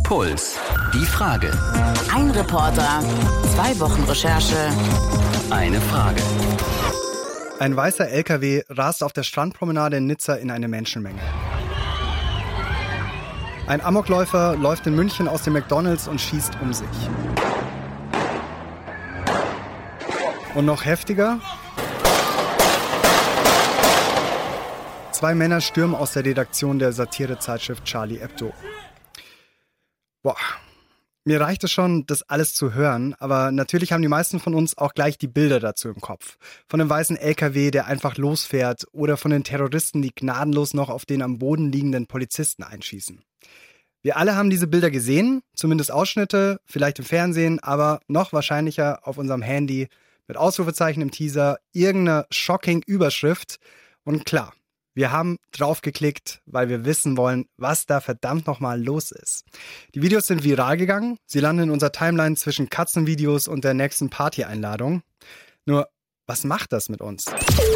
Puls. Die Frage. Ein Reporter, 2 Wochen Recherche. Eine Frage. Ein weißer LKW rast auf der Strandpromenade in Nizza in eine Menschenmenge. Ein Amokläufer läuft in München aus dem McDonald's und schießt um sich. Und noch heftiger: 2 Männer stürmen aus der Redaktion der Satirezeitschrift Charlie Hebdo. Boah, mir reicht es schon, das alles zu hören, aber natürlich haben die meisten von uns auch gleich die Bilder dazu im Kopf. Von dem weißen LKW, der einfach losfährt, oder von den Terroristen, die gnadenlos noch auf den am Boden liegenden Polizisten einschießen. Wir alle haben diese Bilder gesehen, zumindest Ausschnitte, vielleicht im Fernsehen, aber noch wahrscheinlicher auf unserem Handy mit Ausrufezeichen im Teaser, irgendeiner shocking Überschrift. Und klar, wir haben draufgeklickt, weil wir wissen wollen, was da verdammt nochmal los ist. Die Videos sind viral gegangen. Sie landen in unserer Timeline zwischen Katzenvideos und der nächsten Party-Einladung. Nur, was macht das mit uns?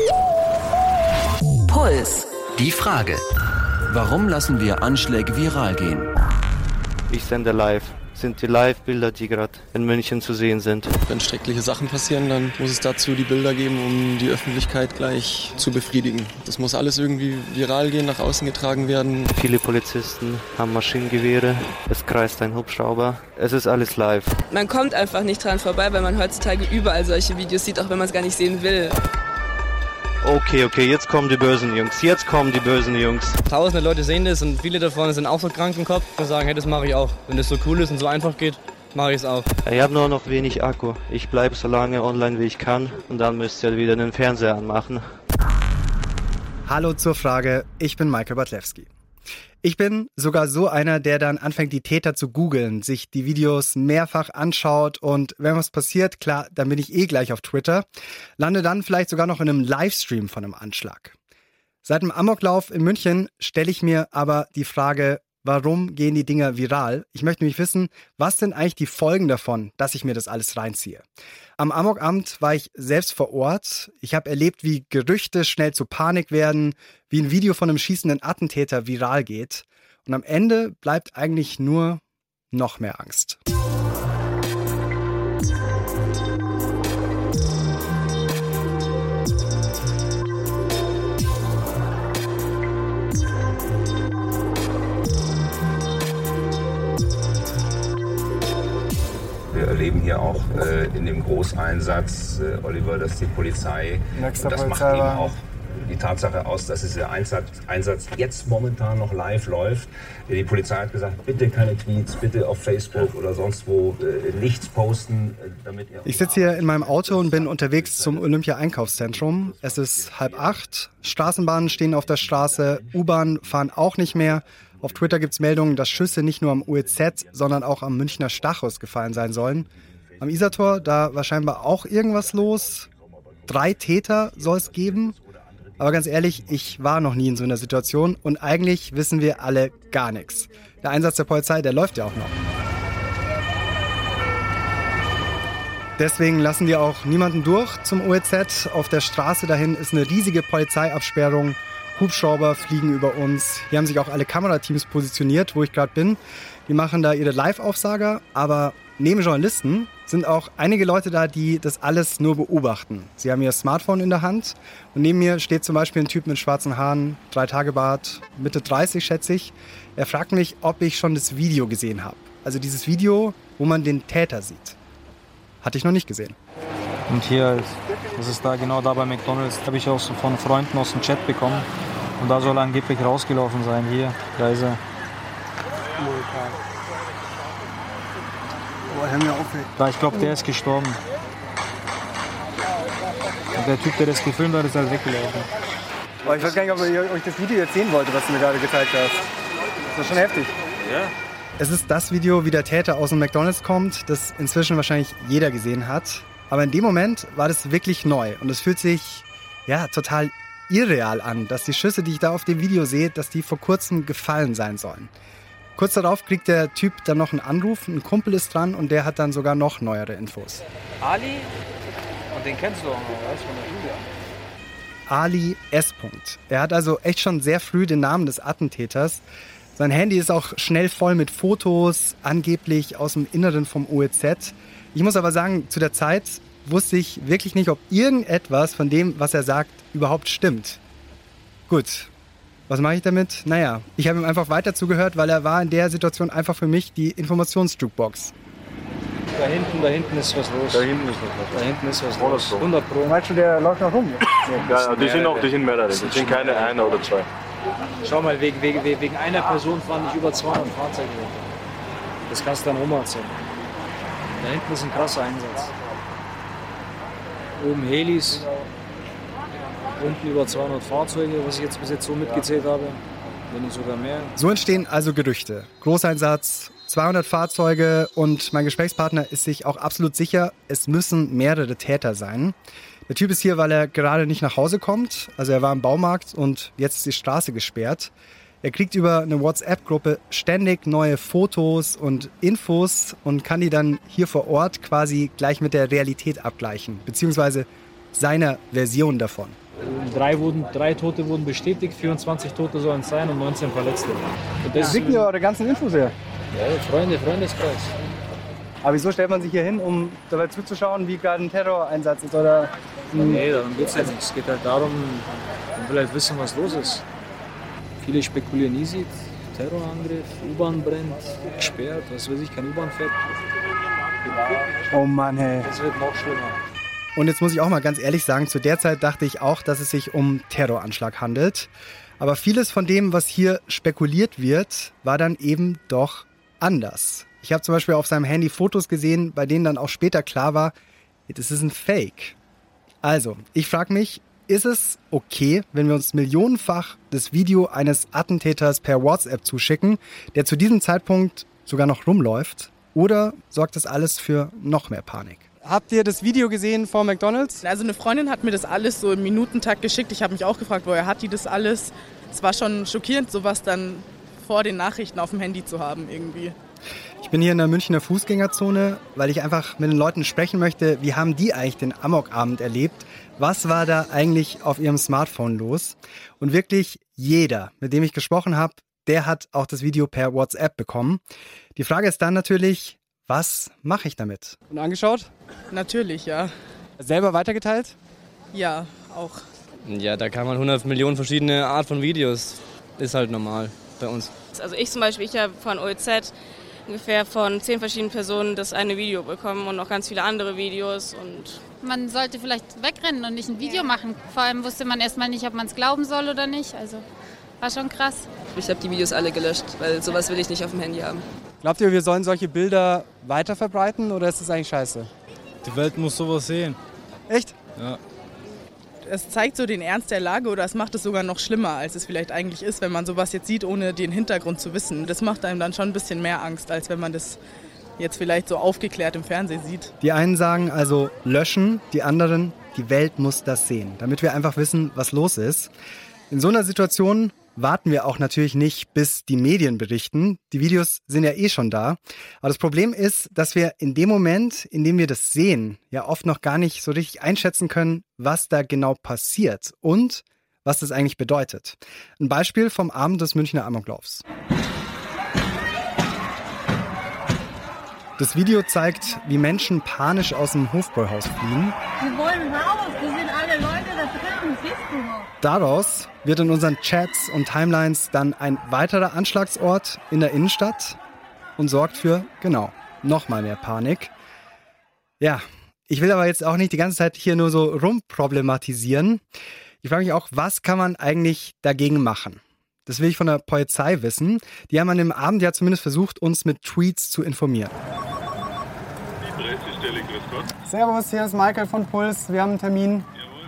Puls. Die Frage. Warum lassen wir Anschläge viral gehen? Ich sende live. Sind die Live-Bilder, die gerade in München zu sehen sind. Wenn schreckliche Sachen passieren, dann muss es dazu die Bilder geben, um die Öffentlichkeit gleich zu befriedigen. Das muss alles irgendwie viral gehen, nach außen getragen werden. Viele Polizisten haben Maschinengewehre, es kreist ein Hubschrauber. Es ist alles live. Man kommt einfach nicht dran vorbei, weil man heutzutage überall solche Videos sieht, auch wenn man es gar nicht sehen will. Okay, jetzt kommen die bösen Jungs. Tausende Leute sehen das und viele davon sind auch so krank im Kopf und sagen, hey, das mache ich auch. Wenn das so cool ist und so einfach geht, mache ich es auch. Ich habe nur noch wenig Akku. Ich bleibe so lange online, wie ich kann, und dann müsst ihr wieder den Fernseher anmachen. Hallo zur Frage, ich bin Michael Bartlewski. Ich bin sogar so einer, der dann anfängt, die Täter zu googeln, sich die Videos mehrfach anschaut und wenn was passiert, klar, dann bin ich gleich auf Twitter, lande dann vielleicht sogar noch in einem Livestream von einem Anschlag. Seit dem Amoklauf in München stelle ich mir aber die Frage, warum gehen die Dinger viral? Ich möchte nämlich wissen, was sind eigentlich die Folgen davon, dass ich mir das alles reinziehe. Am Amokamt war ich selbst vor Ort. Ich habe erlebt, wie Gerüchte schnell zu Panik werden, wie ein Video von einem schießenden Attentäter viral geht. Und am Ende bleibt eigentlich nur noch mehr Angst. Wir erleben hier auch in dem Großeinsatz, Oliver, dass die Polizei, und das macht eben auch die Tatsache aus, dass dieser Einsatz jetzt momentan noch live läuft. Die Polizei hat gesagt, bitte keine Tweets, bitte auf Facebook oder sonst wo nichts posten. Damit ihr... Ich sitze hier in meinem Auto und bin unterwegs zum Olympia-Einkaufszentrum. Es ist 7:30, Straßenbahnen stehen auf der Straße, U-Bahnen fahren auch nicht mehr. Auf Twitter gibt es Meldungen, dass Schüsse nicht nur am UEZ, sondern auch am Münchner Stachus gefallen sein sollen. Am Isartor, da war scheinbar auch irgendwas los. 3 Täter soll es geben. Aber ganz ehrlich, ich war noch nie in so einer Situation und eigentlich wissen wir alle gar nichts. Der Einsatz der Polizei, der läuft ja auch noch. Deswegen lassen wir auch niemanden durch zum OEZ. Auf der Straße dahin ist eine riesige Polizeiabsperrung. Hubschrauber fliegen über uns. Hier haben sich auch alle Kamerateams positioniert, wo ich gerade bin. Die machen da ihre Live-Aufsager, aber neben Journalisten sind auch einige Leute da, die das alles nur beobachten. Sie haben ihr Smartphone in der Hand und neben mir steht zum Beispiel ein Typ mit schwarzen Haaren, 3-Tage-Bart, Mitte 30 schätze ich. Er fragt mich, ob ich schon das Video gesehen habe. Also dieses Video, wo man den Täter sieht. Hatte ich noch nicht gesehen. Und hier, das ist da genau da bei McDonald's, habe ich auch so von Freunden aus dem Chat bekommen. Und da soll er angeblich rausgelaufen sein. Hier, da ist er. Da, ich glaube, der ist gestorben. Und der Typ, der das gefilmt hat, ist halt weggelaufen. Aber ich weiß gar nicht, ob ihr euch das Video jetzt sehen wollt, was du mir gerade gezeigt hast. Das ist schon heftig. Ja. Es ist das Video, wie der Täter aus dem McDonald's kommt, das inzwischen wahrscheinlich jeder gesehen hat. Aber in dem Moment war das wirklich neu. Und es fühlt sich total irreal an, dass die Schüsse, die ich da auf dem Video sehe, dass die vor kurzem gefallen sein sollen. Kurz darauf kriegt der Typ dann noch einen Anruf, ein Kumpel ist dran und der hat dann sogar noch neuere Infos. Ali, und den kennst du auch noch, weißt du, von der Schule. Ali S. Er hat also echt schon sehr früh den Namen des Attentäters. Sein Handy ist auch schnell voll mit Fotos, angeblich aus dem Inneren vom OEZ. Ich muss aber sagen, zu der Zeit wusste ich wirklich nicht, ob irgendetwas von dem, was er sagt, überhaupt stimmt. Gut, was mache ich damit? Naja, ich habe ihm einfach weiter zugehört, weil er war in der Situation einfach für mich die Informationsjukebox. Da hinten ist was los. Da hinten ist was los. 100 Pro. Meinst du, der läuft noch rum? Ja, die sind mehrere. Das sind keine eine oder zwei. Schau mal, wegen einer Person fahren nicht über 200 Fahrzeuge runter. Das kannst du dann rumerzählen. Da hinten ist ein krasser Einsatz. Oben Helis, unten über 200 Fahrzeuge, was ich jetzt bis jetzt so mitgezählt habe, wenn nicht sogar mehr. So entstehen also Gerüchte. Großeinsatz, 200 Fahrzeuge und mein Gesprächspartner ist sich auch absolut sicher, es müssen mehrere Täter sein. Der Typ ist hier, weil er gerade nicht nach Hause kommt. Also er war im Baumarkt und jetzt ist die Straße gesperrt. Er kriegt über eine WhatsApp-Gruppe ständig neue Fotos und Infos und kann die dann hier vor Ort quasi gleich mit der Realität abgleichen, beziehungsweise seiner Version davon. 3 Tote wurden bestätigt, 24 Tote sollen es sein und 19 Verletzte. Das liegt ja eure ganzen Infos her. Ja, Freundeskreis. Aber wieso stellt man sich hier hin, um dabei zuzuschauen, wie gerade ein Terroreinsatz ist? Oder Nee, darum geht es ja nicht. Es geht halt darum, man will halt wissen, was los ist. Viele spekulieren easy, Terrorangriff, U-Bahn brennt, gesperrt, was weiß ich, kein U-Bahn fährt. Oh Mann, hey. Das wird noch schlimmer. Und jetzt muss ich auch mal ganz ehrlich sagen, zu der Zeit dachte ich auch, dass es sich um Terroranschlag handelt. Aber vieles von dem, was hier spekuliert wird, war dann eben doch anders. Ich habe zum Beispiel auf seinem Handy Fotos gesehen, bei denen dann auch später klar war, das ist ein Fake. Also, ich frage mich, ist es okay, wenn wir uns millionenfach das Video eines Attentäters per WhatsApp zuschicken, der zu diesem Zeitpunkt sogar noch rumläuft? Oder sorgt das alles für noch mehr Panik? Habt ihr das Video gesehen vor McDonald's? Also eine Freundin hat mir das alles so im Minutentakt geschickt. Ich habe mich auch gefragt, woher hat die das alles? Es war schon schockierend, sowas dann vor den Nachrichten auf dem Handy zu haben irgendwie. Ich bin hier in der Münchner Fußgängerzone, weil ich einfach mit den Leuten sprechen möchte, wie haben die eigentlich den Amokabend erlebt? Was war da eigentlich auf ihrem Smartphone los? Und wirklich jeder, mit dem ich gesprochen habe, der hat auch das Video per WhatsApp bekommen. Die Frage ist dann natürlich, was mache ich damit? Und angeschaut? Natürlich, ja. Selber weitergeteilt? Ja, auch. Ja, da kann man 100 Millionen verschiedene Art von Videos. Ist halt normal bei uns. Also ich zum Beispiel, ich habe von OEZ ungefähr von 10 verschiedenen Personen das eine Video bekommen und noch ganz viele andere Videos. Und man sollte vielleicht wegrennen und nicht ein Video machen. Vor allem wusste man erstmal nicht, ob man es glauben soll oder nicht. Also war schon krass. Ich habe die Videos alle gelöscht, weil sowas will ich nicht auf dem Handy haben. Glaubt ihr, wir sollen solche Bilder weiter verbreiten oder ist das eigentlich scheiße? Die Welt muss sowas sehen. Echt? Ja. Es zeigt so den Ernst der Lage oder es macht es sogar noch schlimmer, als es vielleicht eigentlich ist, wenn man sowas jetzt sieht, ohne den Hintergrund zu wissen. Das macht einem dann schon ein bisschen mehr Angst, als wenn man das jetzt vielleicht so aufgeklärt im Fernsehen sieht. Die einen sagen also löschen, die anderen, die Welt muss das sehen, damit wir einfach wissen, was los ist. In so einer Situation warten wir auch natürlich nicht, bis die Medien berichten. Die Videos sind ja eh schon da. Aber das Problem ist, dass wir in dem Moment, in dem wir das sehen, ja oft noch gar nicht so richtig einschätzen können, was da genau passiert und was das eigentlich bedeutet. Ein Beispiel vom Abend des Münchner Amoklaufs. Das Video zeigt, wie Menschen panisch aus dem Hofbräuhaus fliehen. Wir wollen raus, wir sind alle Leute da drin, siehst du noch? Daraus wird in unseren Chats und Timelines dann ein weiterer Anschlagsort in der Innenstadt und sorgt für, genau, nochmal mehr Panik. Ja, ich will aber jetzt auch nicht die ganze Zeit hier nur so rumproblematisieren. Ich frage mich auch, was kann man eigentlich dagegen machen? Das will ich von der Polizei wissen. Die haben an dem Abend ja zumindest versucht, uns mit Tweets zu informieren. Die Pressestelle, grüß Gott. Servus, hier ist Michael von Puls. Wir haben einen Termin.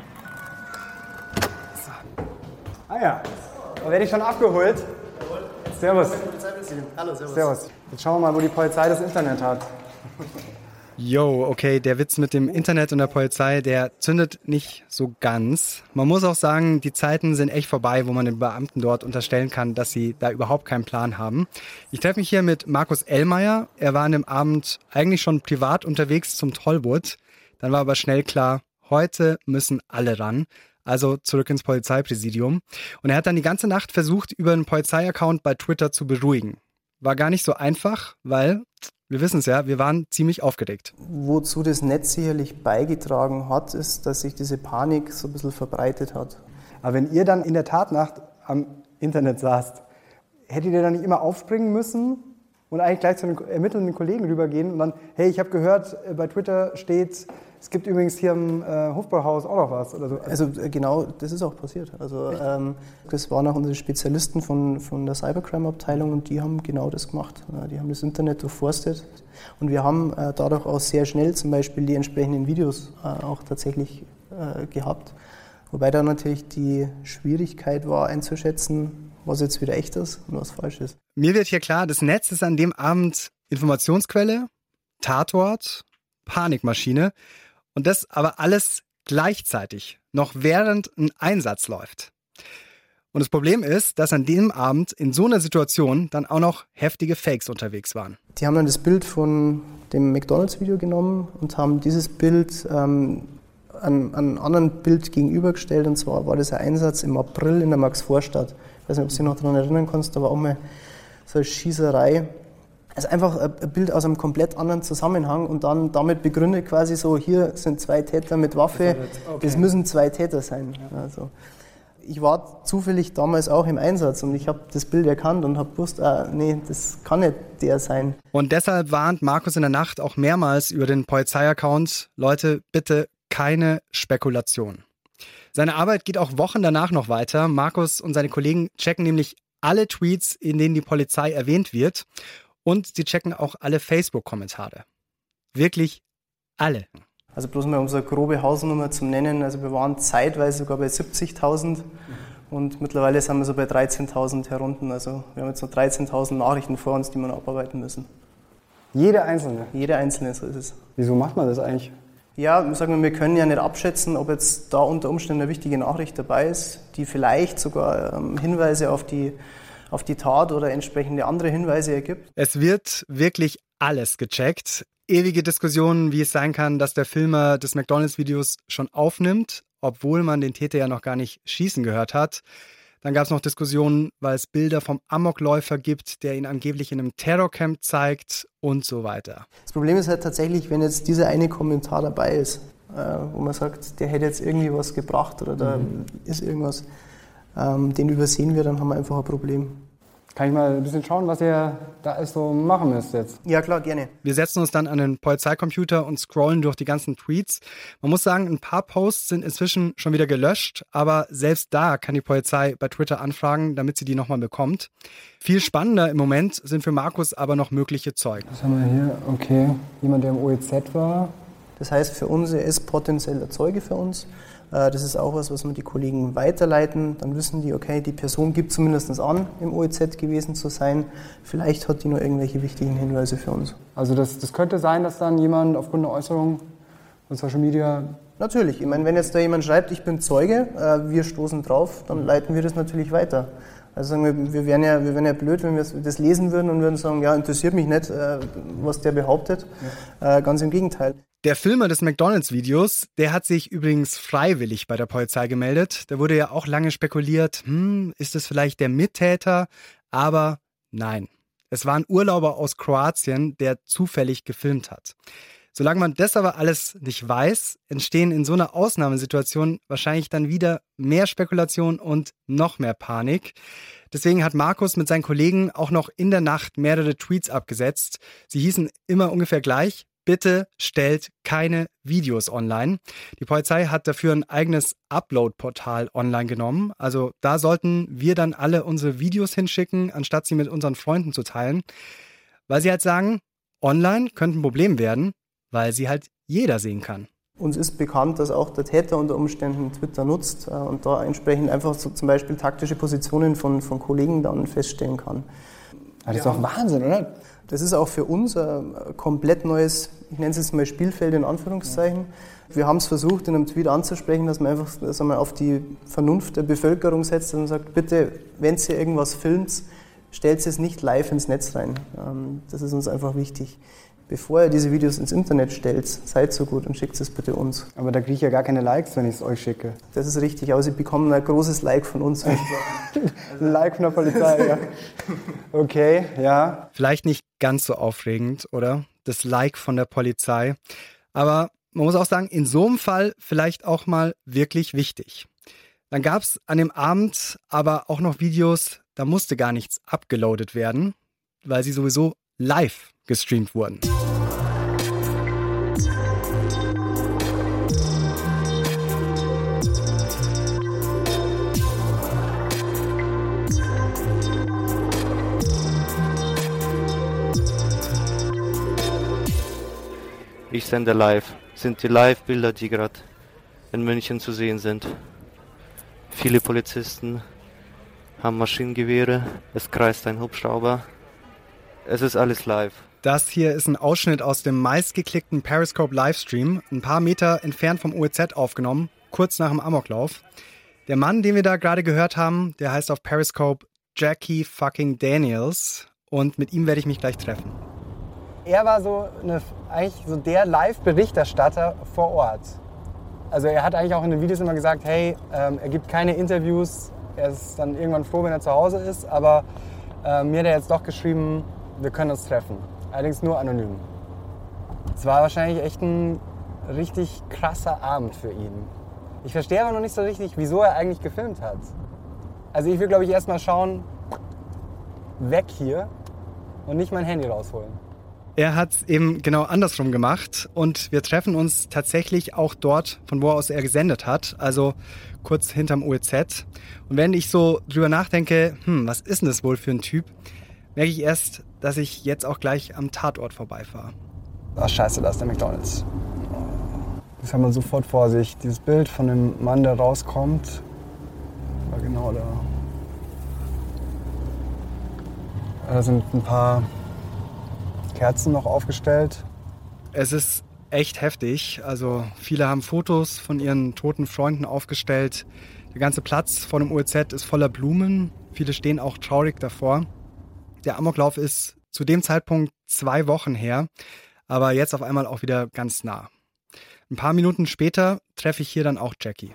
Ah ja, da werde ich schon abgeholt. Jawohl. Servus. Hallo, servus. Servus. Jetzt schauen wir mal, wo die Polizei das Internet hat. Jo, okay, der Witz mit dem Internet und der Polizei, der zündet nicht so ganz. Man muss auch sagen, die Zeiten sind echt vorbei, wo man den Beamten dort unterstellen kann, dass sie da überhaupt keinen Plan haben. Ich treffe mich hier mit Markus Ellmeier. Er war an dem Abend eigentlich schon privat unterwegs zum Tollwood. Dann war aber schnell klar, heute müssen alle ran. also zurück ins Polizeipräsidium. Und er hat dann die ganze Nacht versucht, über einen Polizeiaccount bei Twitter zu beruhigen. War gar nicht so einfach, weil, wir wissen es ja, wir waren ziemlich aufgeregt. Wozu das Netz sicherlich beigetragen hat, ist, dass sich diese Panik so ein bisschen verbreitet hat. Aber wenn ihr dann in der Tatnacht am Internet saßt, hättet ihr dann nicht immer aufspringen müssen und eigentlich gleich zu den ermittelnden Kollegen rübergehen und dann, hey, ich habe gehört, bei Twitter steht, es gibt übrigens hier im Hofbräuhaus auch noch was oder so. Also genau, das ist auch passiert. Also das waren auch unsere Spezialisten von der Cybercrime-Abteilung und die haben genau das gemacht. Die haben das Internet durchforstet und wir haben dadurch auch sehr schnell zum Beispiel die entsprechenden Videos auch tatsächlich gehabt. Wobei da natürlich die Schwierigkeit war einzuschätzen, was jetzt wieder echt ist und was falsch ist. Mir wird hier klar, das Netz ist an dem Abend Informationsquelle, Tatort, Panikmaschine und das aber alles gleichzeitig, noch während ein Einsatz läuft. Und das Problem ist, dass an dem Abend in so einer Situation dann auch noch heftige Fakes unterwegs waren. Die haben dann das Bild von dem McDonald's-Video genommen und haben dieses Bild einem anderen Bild gegenübergestellt. Und zwar war das ein Einsatz im April in der Max-Vorstadt. Ich weiß nicht, ob du dich noch daran erinnern kannst, da war auch mal so eine Schießerei. Also einfach ein Bild aus einem komplett anderen Zusammenhang und dann damit begründet quasi so, hier sind 2 Täter mit Waffe, das müssen 2 Täter sein. Also, ich war zufällig damals auch im Einsatz und ich habe das Bild erkannt und habe gewusst, nee, das kann nicht der sein. Und deshalb warnt Markus in der Nacht auch mehrmals über den Polizeiaccount, Leute, bitte keine Spekulation. Seine Arbeit geht auch Wochen danach noch weiter. Markus und seine Kollegen checken nämlich alle Tweets, in denen die Polizei erwähnt wird. Und sie checken auch alle Facebook-Kommentare. Wirklich alle. Also bloß mal um so eine grobe Hausnummer zu nennen. Also wir waren zeitweise sogar bei 70.000 und mittlerweile sind wir so bei 13.000 herunter. Also wir haben jetzt noch 13.000 Nachrichten vor uns, die wir noch abarbeiten müssen. Jede einzelne? Jede einzelne, so ist es. Wieso macht man das eigentlich? Ja, sagen wir können ja nicht abschätzen, ob jetzt da unter Umständen eine wichtige Nachricht dabei ist, die vielleicht sogar Hinweise auf die Tat oder entsprechende andere Hinweise ergibt. Es wird wirklich alles gecheckt. Ewige Diskussionen, wie es sein kann, dass der Filmer des McDonald's-Videos schon aufnimmt, obwohl man den Täter ja noch gar nicht schießen gehört hat. Dann gab es noch Diskussionen, weil es Bilder vom Amokläufer gibt, der ihn angeblich in einem Terrorcamp zeigt und so weiter. Das Problem ist halt tatsächlich, wenn jetzt dieser eine Kommentar dabei ist, wo man sagt, der hätte jetzt irgendwie was gebracht oder da ist irgendwas, den übersehen wir, dann haben wir einfach ein Problem. Kann ich mal ein bisschen schauen, was ihr da alles so machen müsst jetzt? Ja, klar, gerne. Wir setzen uns dann an den Polizeicomputer und scrollen durch die ganzen Tweets. Man muss sagen, ein paar Posts sind inzwischen schon wieder gelöscht, aber selbst da kann die Polizei bei Twitter anfragen, damit sie die nochmal bekommt. Viel spannender im Moment sind für Markus aber noch mögliche Zeugen. Was haben wir hier? Okay, jemand, der im OEZ war. Das heißt, für uns, er ist potenzieller Zeuge für uns. Das ist auch was wir die Kollegen weiterleiten. Dann wissen die, okay, die Person gibt zumindest an, im OEZ gewesen zu sein. Vielleicht hat die noch irgendwelche wichtigen Hinweise für uns. Also das könnte sein, dass dann jemand aufgrund einer Äußerung von Social Media... Natürlich. Ich meine, wenn jetzt da jemand schreibt, ich bin Zeuge, wir stoßen drauf, dann leiten wir das natürlich weiter. Also sagen wir wären ja blöd, wenn wir das lesen würden und würden sagen, ja, interessiert mich nicht, was der behauptet. Ja. Ganz im Gegenteil. Der Filmer des McDonald's-Videos, der hat sich übrigens freiwillig bei der Polizei gemeldet. Da wurde ja auch lange spekuliert, ist es vielleicht der Mittäter? Aber nein, es war ein Urlauber aus Kroatien, der zufällig gefilmt hat. Solange man das aber alles nicht weiß, entstehen in so einer Ausnahmesituation wahrscheinlich dann wieder mehr Spekulation und noch mehr Panik. Deswegen hat Markus mit seinen Kollegen auch noch in der Nacht mehrere Tweets abgesetzt. Sie hießen immer ungefähr gleich: Bitte stellt keine Videos online. Die Polizei hat dafür ein eigenes Upload-Portal online genommen. Also da sollten wir dann alle unsere Videos hinschicken, anstatt sie mit unseren Freunden zu teilen. Weil sie halt sagen, online könnte ein Problem werden, weil sie halt jeder sehen kann. Uns ist bekannt, dass auch der Täter unter Umständen Twitter nutzt und da entsprechend einfach so zum Beispiel taktische Positionen von Kollegen dann feststellen kann. Das ist doch Wahnsinn, oder? Das ist auch für uns ein komplett neues, ich nenne es jetzt mal Spielfeld in Anführungszeichen. Wir haben es versucht, in einem Tweet anzusprechen, dass man einfach auf die Vernunft der Bevölkerung setzt und sagt, bitte, wenn ihr irgendwas filmt, stellt es nicht live ins Netz rein. Das ist uns einfach wichtig. bevor ihr diese Videos ins Internet stellt, seid so gut und schickt es bitte uns. Aber da kriege ich ja gar keine Likes, wenn ich es euch schicke. Das ist richtig, aber Sie bekommen ein großes Like von uns. Ein Like von der Polizei, ja. Okay, ja. Vielleicht nicht ganz so aufregend, oder? Das Like von der Polizei. Aber man muss auch sagen, in so einem Fall vielleicht auch mal wirklich wichtig. Dann gab es an dem Abend aber auch noch Videos, da musste gar nichts abgeloadet werden, weil sie sowieso live gestreamt wurden. Ich sende live. Sind die Live-Bilder, die gerade in München zu sehen sind. Viele Polizisten haben Maschinengewehre, es kreist ein Hubschrauber. Es ist alles live. Das hier ist ein Ausschnitt aus dem meistgeklickten Periscope-Livestream, ein paar Meter entfernt vom OEZ aufgenommen, kurz nach dem Amoklauf. Der Mann, den wir da gerade gehört haben, der heißt auf Periscope Jackie fucking Daniels und mit ihm werde ich mich gleich treffen. Er war eigentlich so der Live-Berichterstatter vor Ort. Also er hat eigentlich auch in den Videos immer gesagt, hey, er gibt keine Interviews, er ist dann irgendwann froh, wenn er zu Hause ist, aber mir hat er jetzt doch geschrieben, wir können uns treffen. Allerdings nur anonym. Es war wahrscheinlich echt ein richtig krasser Abend für ihn. Ich verstehe aber noch nicht so richtig, wieso er eigentlich gefilmt hat. Also ich will, glaube ich, erstmal schauen, weg hier und nicht mein Handy rausholen. Er hat es eben genau andersrum gemacht und wir treffen uns tatsächlich auch dort, von wo aus er gesendet hat, also kurz hinterm OEZ. Und wenn ich so drüber nachdenke, was ist denn das wohl für ein Typ, merke ich erst, dass ich jetzt auch gleich am Tatort vorbeifahre. Ach scheiße, da ist der McDonald's. Das hat man sofort vor sich. Dieses Bild von dem Mann, der rauskommt, war genau da. Da sind ein paar Kerzen noch aufgestellt. Es ist echt heftig. Also viele haben Fotos von ihren toten Freunden aufgestellt. Der ganze Platz vor dem OEZ ist voller Blumen. Viele stehen auch traurig davor. Der Amoklauf ist zu dem Zeitpunkt 2 Wochen her, aber jetzt auf einmal auch wieder ganz nah. Ein paar Minuten später treffe ich hier dann auch Jackie.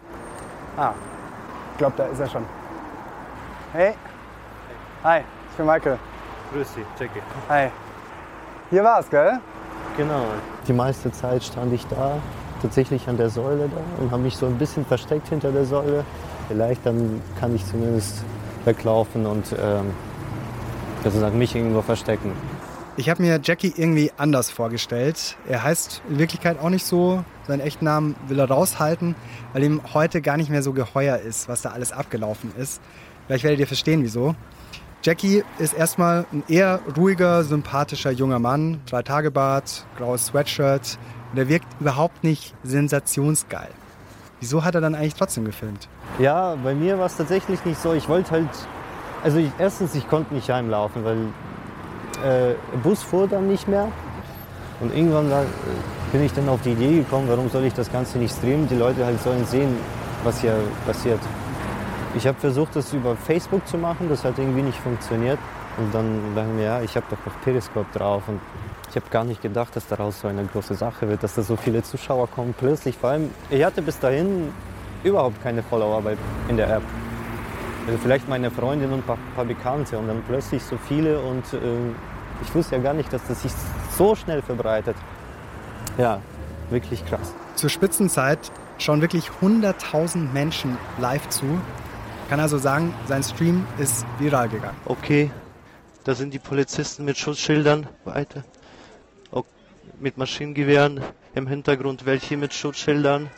Ich glaube, da ist er schon. Hey. Hi, ich bin Michael. Grüß dich, Jackie. Hi. Hier war's, gell? Genau. Die meiste Zeit stand ich da, tatsächlich an der Säule da und habe mich so ein bisschen versteckt hinter der Säule. Vielleicht dann kann ich zumindest weglaufen und sozusagen mich irgendwo verstecken. Ich habe mir Jackie irgendwie anders vorgestellt. Er heißt in Wirklichkeit auch nicht so. Seinen echten Namen will er raushalten, weil ihm heute gar nicht mehr so geheuer ist, was da alles abgelaufen ist. Vielleicht werdet ihr verstehen, wieso. Jackie ist erstmal ein eher ruhiger, sympathischer junger Mann. 3-Tage-Bart, graues Sweatshirt. Und er wirkt überhaupt nicht sensationsgeil. Wieso hat er dann eigentlich trotzdem gefilmt? Ja, bei mir war es tatsächlich nicht so. Ich wollte halt... Also ich konnte nicht heimlaufen, weil der Bus fuhr dann nicht mehr. Und irgendwann bin ich dann auf die Idee gekommen, warum soll ich das Ganze nicht streamen? Die Leute halt sollen sehen, was hier passiert. Ich habe versucht, das über Facebook zu machen, das hat irgendwie nicht funktioniert. Und dann dachte ich mir, ja, ich habe doch noch Periscope drauf. Und ich habe gar nicht gedacht, dass daraus so eine große Sache wird, dass da so viele Zuschauer kommen plötzlich. Vor allem, ich hatte bis dahin überhaupt keine Follower in der App. Also vielleicht meine Freundin und ein paar Bekannte und dann plötzlich so viele und ich wusste ja gar nicht, dass das sich so schnell verbreitet. Ja, wirklich krass. Zur Spitzenzeit schauen wirklich 100.000 Menschen live zu. Kann also sagen, sein Stream ist viral gegangen. Okay, da sind die Polizisten mit Schutzschildern weiter. Mit Maschinengewehren im Hintergrund, welche mit Schutzschildern.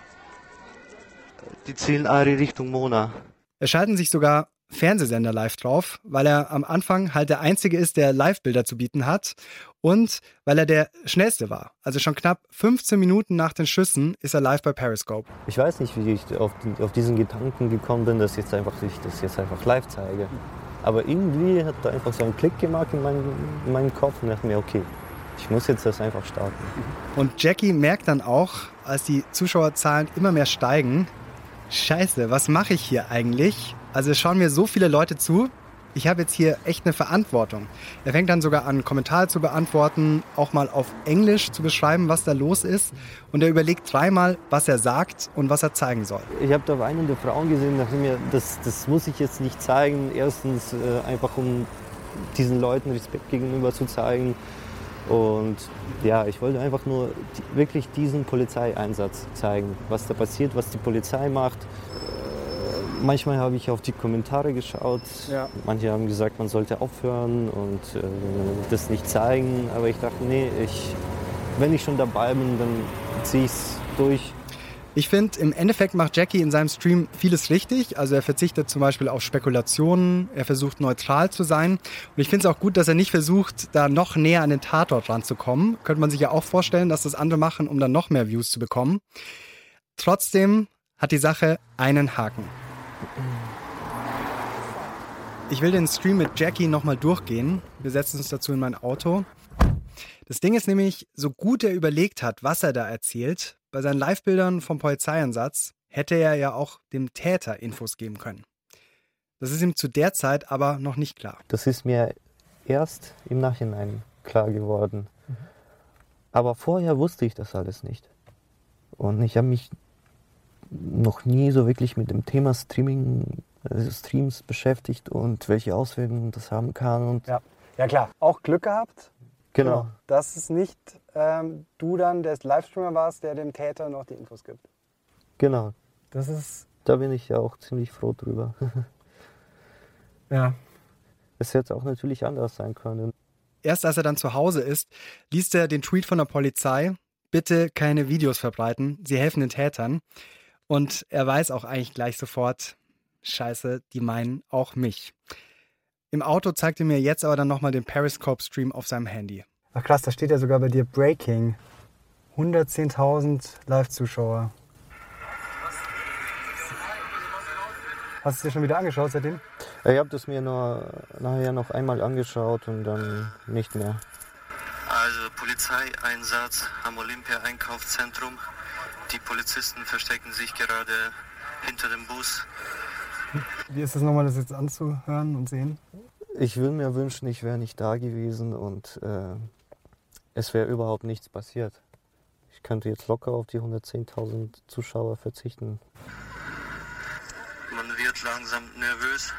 Die zielen alle Richtung Mona. Es schalten sich sogar Fernsehsender live drauf, weil er am Anfang halt der Einzige ist, der Live-Bilder zu bieten hat und weil er der Schnellste war. Also schon knapp 15 Minuten nach den Schüssen ist er live bei Periscope. Ich weiß nicht, wie ich auf diesen Gedanken gekommen bin, dass ich das jetzt einfach live zeige. Aber irgendwie hat da einfach so einen Klick gemacht in meinen Kopf und dachte mir, okay, ich muss jetzt das einfach starten. Und Jackie merkt dann auch, als die Zuschauerzahlen immer mehr steigen, Scheiße, was mache ich hier eigentlich? Also es schauen mir so viele Leute zu, ich habe jetzt hier echt eine Verantwortung. Er fängt dann sogar an, Kommentare zu beantworten, auch mal auf Englisch zu beschreiben, was da los ist. Und er überlegt 3-mal, was er sagt und was er zeigen soll. Ich habe da weinende Frauen gesehen, dachte mir, das muss ich jetzt nicht zeigen. Erstens einfach, um diesen Leuten Respekt gegenüber zu zeigen. Und ja, ich wollte einfach nur wirklich diesen Polizeieinsatz zeigen, was da passiert, was die Polizei macht. Manchmal habe ich auf die Kommentare geschaut. Ja. Manche haben gesagt, man sollte aufhören und das nicht zeigen. Aber ich dachte, nee, wenn ich schon dabei bin, dann ziehe ich es durch. Ich finde, im Endeffekt macht Jackie in seinem Stream vieles richtig. Also er verzichtet zum Beispiel auf Spekulationen, er versucht neutral zu sein. Und ich finde es auch gut, dass er nicht versucht, da noch näher an den Tatort ranzukommen. Könnte man sich ja auch vorstellen, dass das andere machen, um dann noch mehr Views zu bekommen. Trotzdem hat die Sache einen Haken. Ich will den Stream mit Jackie nochmal durchgehen. Wir setzen uns dazu in mein Auto. Das Ding ist nämlich, so gut er überlegt hat, was er da erzählt, bei seinen Live-Bildern vom Polizeieinsatz hätte er ja auch dem Täter Infos geben können. Das ist ihm zu der Zeit aber noch nicht klar. Das ist mir erst im Nachhinein klar geworden. Aber vorher wusste ich das alles nicht. Und ich habe mich noch nie so wirklich mit dem Thema Streams beschäftigt und welche Auswirkungen das haben kann. Und ja, klar. Auch Glück gehabt. Genau. Dass es nicht du dann der Livestreamer warst, der dem Täter noch die Infos gibt. Genau. Da bin ich ja auch ziemlich froh drüber. Ja. Es hätte auch natürlich anders sein können. Erst als er dann zu Hause ist, liest er den Tweet von der Polizei: Bitte keine Videos verbreiten, sie helfen den Tätern. Und er weiß auch eigentlich gleich sofort, Scheiße, die meinen auch mich. Im Auto zeigt er mir jetzt aber dann nochmal den Periscope-Stream auf seinem Handy. Ach krass, da steht ja sogar bei dir Breaking. 110.000 Live-Zuschauer. Hast du es dir schon wieder angeschaut seitdem? Ich habe das mir nachher noch einmal angeschaut und dann nicht mehr. Also Polizeieinsatz am Olympia-Einkaufszentrum. Die Polizisten verstecken sich gerade hinter dem Bus. Wie ist es nochmal, das jetzt anzuhören und sehen? Ich würde mir wünschen, ich wäre nicht da gewesen und es wäre überhaupt nichts passiert. Ich könnte jetzt locker auf die 110.000 Zuschauer verzichten. Man wird langsam nervös.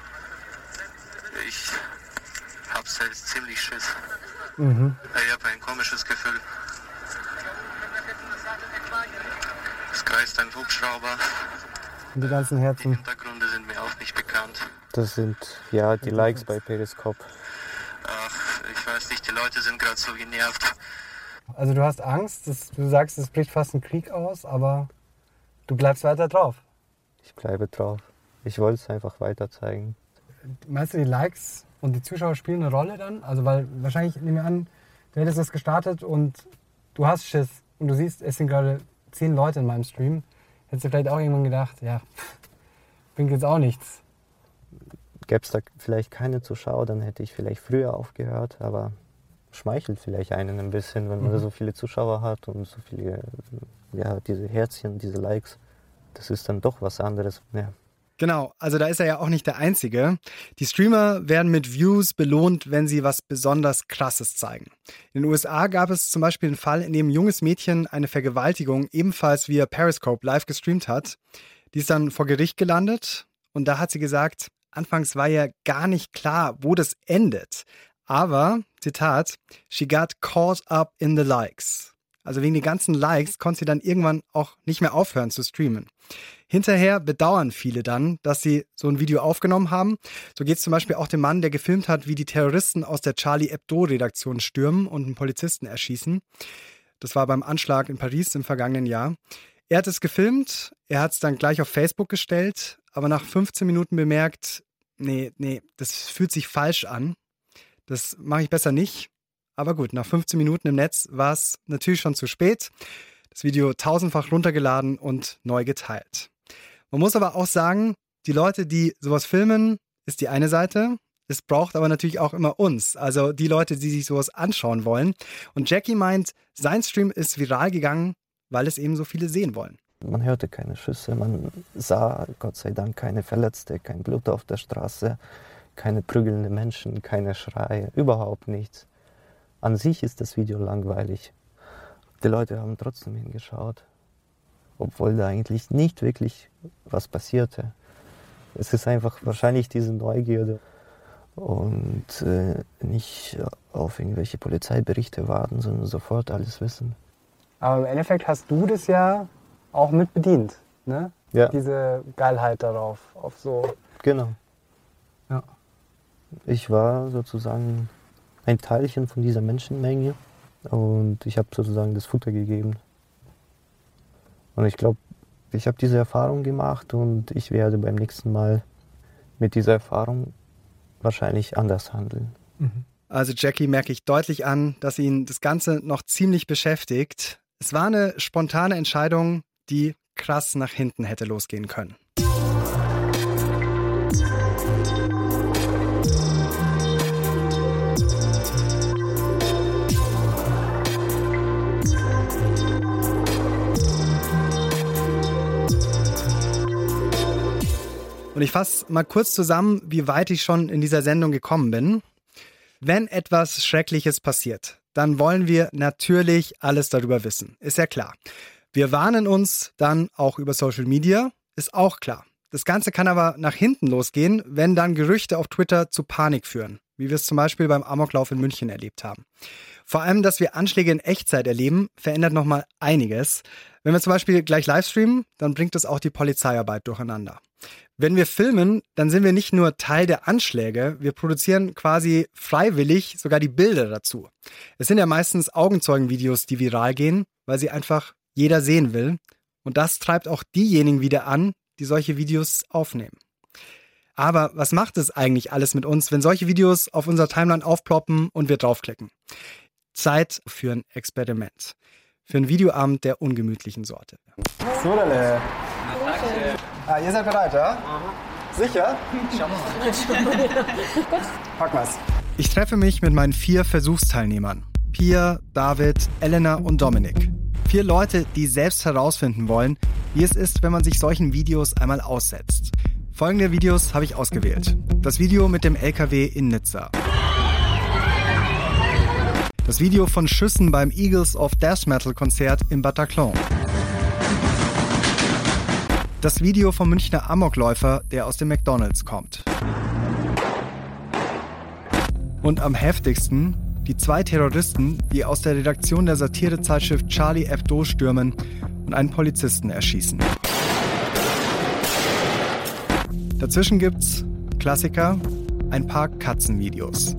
Ich habe selbst ziemlich Schiss. Ich habe ein komisches Gefühl. Es kreist ein Hubschrauber. Und die ganzen Herzen. Die Hintergründe sind mir auch nicht bekannt. Das sind ja die Likes bei Periscope. Ach, ich weiß nicht, die Leute sind gerade so genervt. Also du hast Angst, du sagst, es bricht fast ein Krieg aus, aber du bleibst weiter drauf. Ich bleibe drauf. Ich wollte es einfach weiter zeigen. Meinst du, die Likes und die Zuschauer spielen eine Rolle dann? Also weil wahrscheinlich, nehmen wir an, du hättest das gestartet und du hast Schiss und du siehst, es sind gerade 10 Leute in meinem Stream. Hättest du vielleicht auch irgendwann gedacht, ja, bringt jetzt auch nichts. Gäbe es da vielleicht keine Zuschauer, dann hätte ich vielleicht früher aufgehört, aber schmeichelt vielleicht einen ein bisschen, wenn man da so viele Zuschauer hat und so viele, ja, diese Herzchen, diese Likes. Das ist dann doch was anderes, ja. Genau, also da ist er ja auch nicht der Einzige. Die Streamer werden mit Views belohnt, wenn sie was besonders Krasses zeigen. In den USA gab es zum Beispiel einen Fall, in dem ein junges Mädchen eine Vergewaltigung ebenfalls via Periscope live gestreamt hat. Die ist dann vor Gericht gelandet und da hat sie gesagt, anfangs war ja gar nicht klar, wo das endet. Aber, Zitat, she got caught up in the likes. Also wegen den ganzen Likes konnte sie dann irgendwann auch nicht mehr aufhören zu streamen. Hinterher bedauern viele dann, dass sie so ein Video aufgenommen haben. So geht es zum Beispiel auch dem Mann, der gefilmt hat, wie die Terroristen aus der Charlie Hebdo-Redaktion stürmen und einen Polizisten erschießen. Das war beim Anschlag in Paris im vergangenen Jahr. Er hat es gefilmt, er hat es dann gleich auf Facebook gestellt, aber nach 15 Minuten bemerkt, nee, das fühlt sich falsch an. Das mache ich besser nicht. Aber gut, nach 15 Minuten im Netz war es natürlich schon zu spät. Das Video 1000-fach runtergeladen und neu geteilt. Man muss aber auch sagen, die Leute, die sowas filmen, ist die eine Seite. Es braucht aber natürlich auch immer uns, also die Leute, die sich sowas anschauen wollen. Und Jackie meint, sein Stream ist viral gegangen, weil es eben so viele sehen wollen. Man hörte keine Schüsse, man sah Gott sei Dank keine Verletzte, kein Blut auf der Straße. Keine prügelnden Menschen, keine Schreie, überhaupt nichts. An sich ist das Video langweilig. Die Leute haben trotzdem hingeschaut, obwohl da eigentlich nicht wirklich was passierte. Es ist einfach wahrscheinlich diese Neugierde und nicht auf irgendwelche Polizeiberichte warten, sondern sofort alles wissen. Aber im Endeffekt hast du das ja auch mit bedient, ne? Ja. Diese Geilheit darauf, auf so... Genau. Ja. Ich war sozusagen ein Teilchen von dieser Menschenmenge und ich habe sozusagen das Futter gegeben. Und ich glaube, ich habe diese Erfahrung gemacht und ich werde beim nächsten Mal mit dieser Erfahrung wahrscheinlich anders handeln. Also Jackie merke ich deutlich an, dass ihn das Ganze noch ziemlich beschäftigt. Es war eine spontane Entscheidung, die krass nach hinten hätte losgehen können. Und ich fasse mal kurz zusammen, wie weit ich schon in dieser Sendung gekommen bin. Wenn etwas Schreckliches passiert, dann wollen wir natürlich alles darüber wissen. Ist ja klar. Wir warnen uns dann auch über Social Media, ist auch klar. Das Ganze kann aber nach hinten losgehen, wenn dann Gerüchte auf Twitter zu Panik führen, wie wir es zum Beispiel beim Amoklauf in München erlebt haben. Vor allem, dass wir Anschläge in Echtzeit erleben, verändert nochmal einiges. Wenn wir zum Beispiel gleich livestreamen, dann bringt es auch die Polizeiarbeit durcheinander. Wenn wir filmen, dann sind wir nicht nur Teil der Anschläge, wir produzieren quasi freiwillig sogar die Bilder dazu. Es sind ja meistens Augenzeugenvideos, die viral gehen, weil sie einfach jeder sehen will. Und das treibt auch diejenigen wieder an, die solche Videos aufnehmen. Aber was macht es eigentlich alles mit uns, wenn solche Videos auf unserer Timeline aufploppen und wir draufklicken? Zeit für ein Experiment. Für einen Videoabend der ungemütlichen Sorte. So, dann, ihr seid bereit, ja? Sicher? Schau mal. Pack mal's. Ich treffe mich mit meinen 4 Versuchsteilnehmern. Pia, David, Elena und Dominik. 4 Leute, die selbst herausfinden wollen, wie es ist, wenn man sich solchen Videos einmal aussetzt. Folgende Videos habe ich ausgewählt. Das Video mit dem LKW in Nizza. Das Video von Schüssen beim Eagles of Death Metal Konzert im Bataclan. Das Video vom Münchner Amokläufer, der aus dem McDonald's kommt. Und am heftigsten die 2 Terroristen, die aus der Redaktion der Satirezeitschrift Charlie Hebdo stürmen und einen Polizisten erschießen. Dazwischen gibt's Klassiker, ein paar Katzenvideos.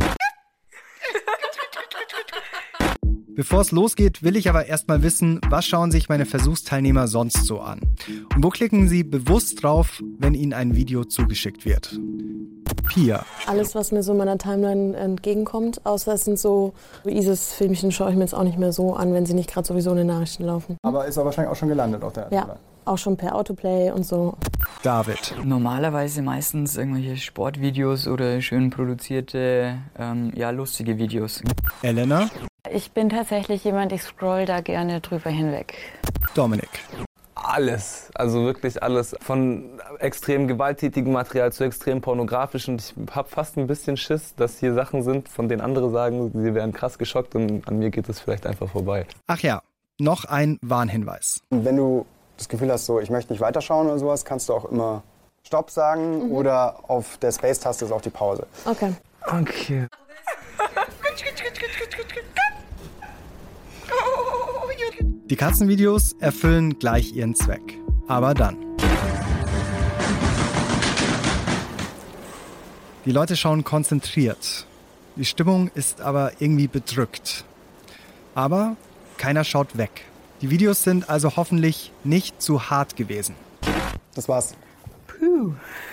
Bevor es losgeht, will ich aber erstmal wissen, was schauen sich meine Versuchsteilnehmer sonst so an? Und wo klicken sie bewusst drauf, wenn ihnen ein Video zugeschickt wird? Pia. Alles, was mir so in meiner Timeline entgegenkommt, außer es sind so ISIS-Filmchen, schaue ich mir jetzt auch nicht mehr so an, wenn sie nicht gerade sowieso in den Nachrichten laufen. Aber ist er wahrscheinlich auch schon gelandet auf der Ja, auch schon per Autoplay und so. David. Normalerweise meistens irgendwelche Sportvideos oder schön produzierte, lustige Videos. Elena. Ich bin tatsächlich jemand, ich scroll da gerne drüber hinweg. Dominik. Alles, also wirklich alles. Von extrem gewalttätigem Material zu extrem pornografisch. Und ich habe fast ein bisschen Schiss, dass hier Sachen sind, von denen andere sagen, sie wären krass geschockt und an mir geht es vielleicht einfach vorbei. Ach ja, noch ein Warnhinweis. Wenn du das Gefühl hast, so ich möchte nicht weiterschauen oder sowas, kannst du auch immer Stopp sagen oder auf der Space-Taste ist auch die Pause. Okay. Okay. Die Katzenvideos erfüllen gleich ihren Zweck. Aber dann. Die Leute schauen konzentriert. Die Stimmung ist aber irgendwie bedrückt. Aber keiner schaut weg. Die Videos sind also hoffentlich nicht zu hart gewesen. Das war's. Puh.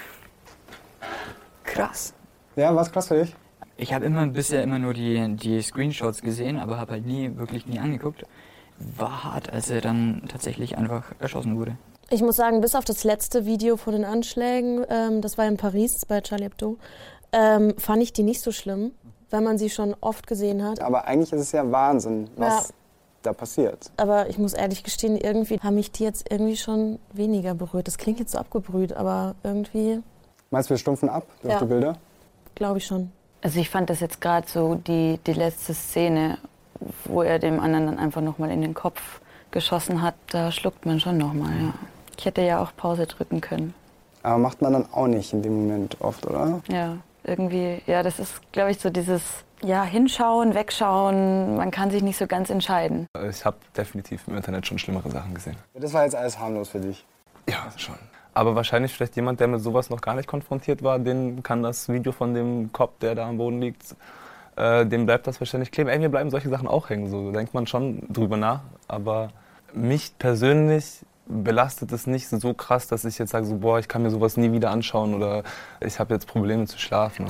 Krass. Ja, war's krass für dich? Ich habe bisher immer nur die Screenshots gesehen, aber habe halt nie angeguckt. War hart, als er dann tatsächlich einfach erschossen wurde. Ich muss sagen, bis auf das letzte Video von den Anschlägen, das war in Paris bei Charlie Hebdo, fand ich die nicht so schlimm, weil man sie schon oft gesehen hat. Aber eigentlich ist es ja Wahnsinn, was da passiert. Aber ich muss ehrlich gestehen, irgendwie haben mich die jetzt irgendwie schon weniger berührt. Das klingt jetzt so abgebrüht, aber irgendwie... Meinst du, wir stumpfen ab durch die Bilder? glaube ich schon. Also ich fand das jetzt gerade so die letzte Szene, wo er dem anderen dann einfach nochmal in den Kopf geschossen hat, da schluckt man schon nochmal, ja. Ich hätte ja auch Pause drücken können. Aber macht man dann auch nicht in dem Moment oft, oder? Ja, irgendwie, ja, das ist, glaube ich, so dieses, ja, hinschauen, wegschauen, man kann sich nicht so ganz entscheiden. Ich habe definitiv im Internet schon schlimmere Sachen gesehen. Das war jetzt alles harmlos für dich? Ja, schon. Aber wahrscheinlich vielleicht jemand, der mit sowas noch gar nicht konfrontiert war, den kann das Video von dem Cop, der da am Boden liegt, dem bleibt das wahrscheinlich kleben. Ey, mir bleiben solche Sachen auch hängen, so denkt man schon drüber nach. Aber mich persönlich belastet es nicht so krass, dass ich jetzt sage, so, boah, ich kann mir sowas nie wieder anschauen oder ich habe jetzt Probleme zu schlafen.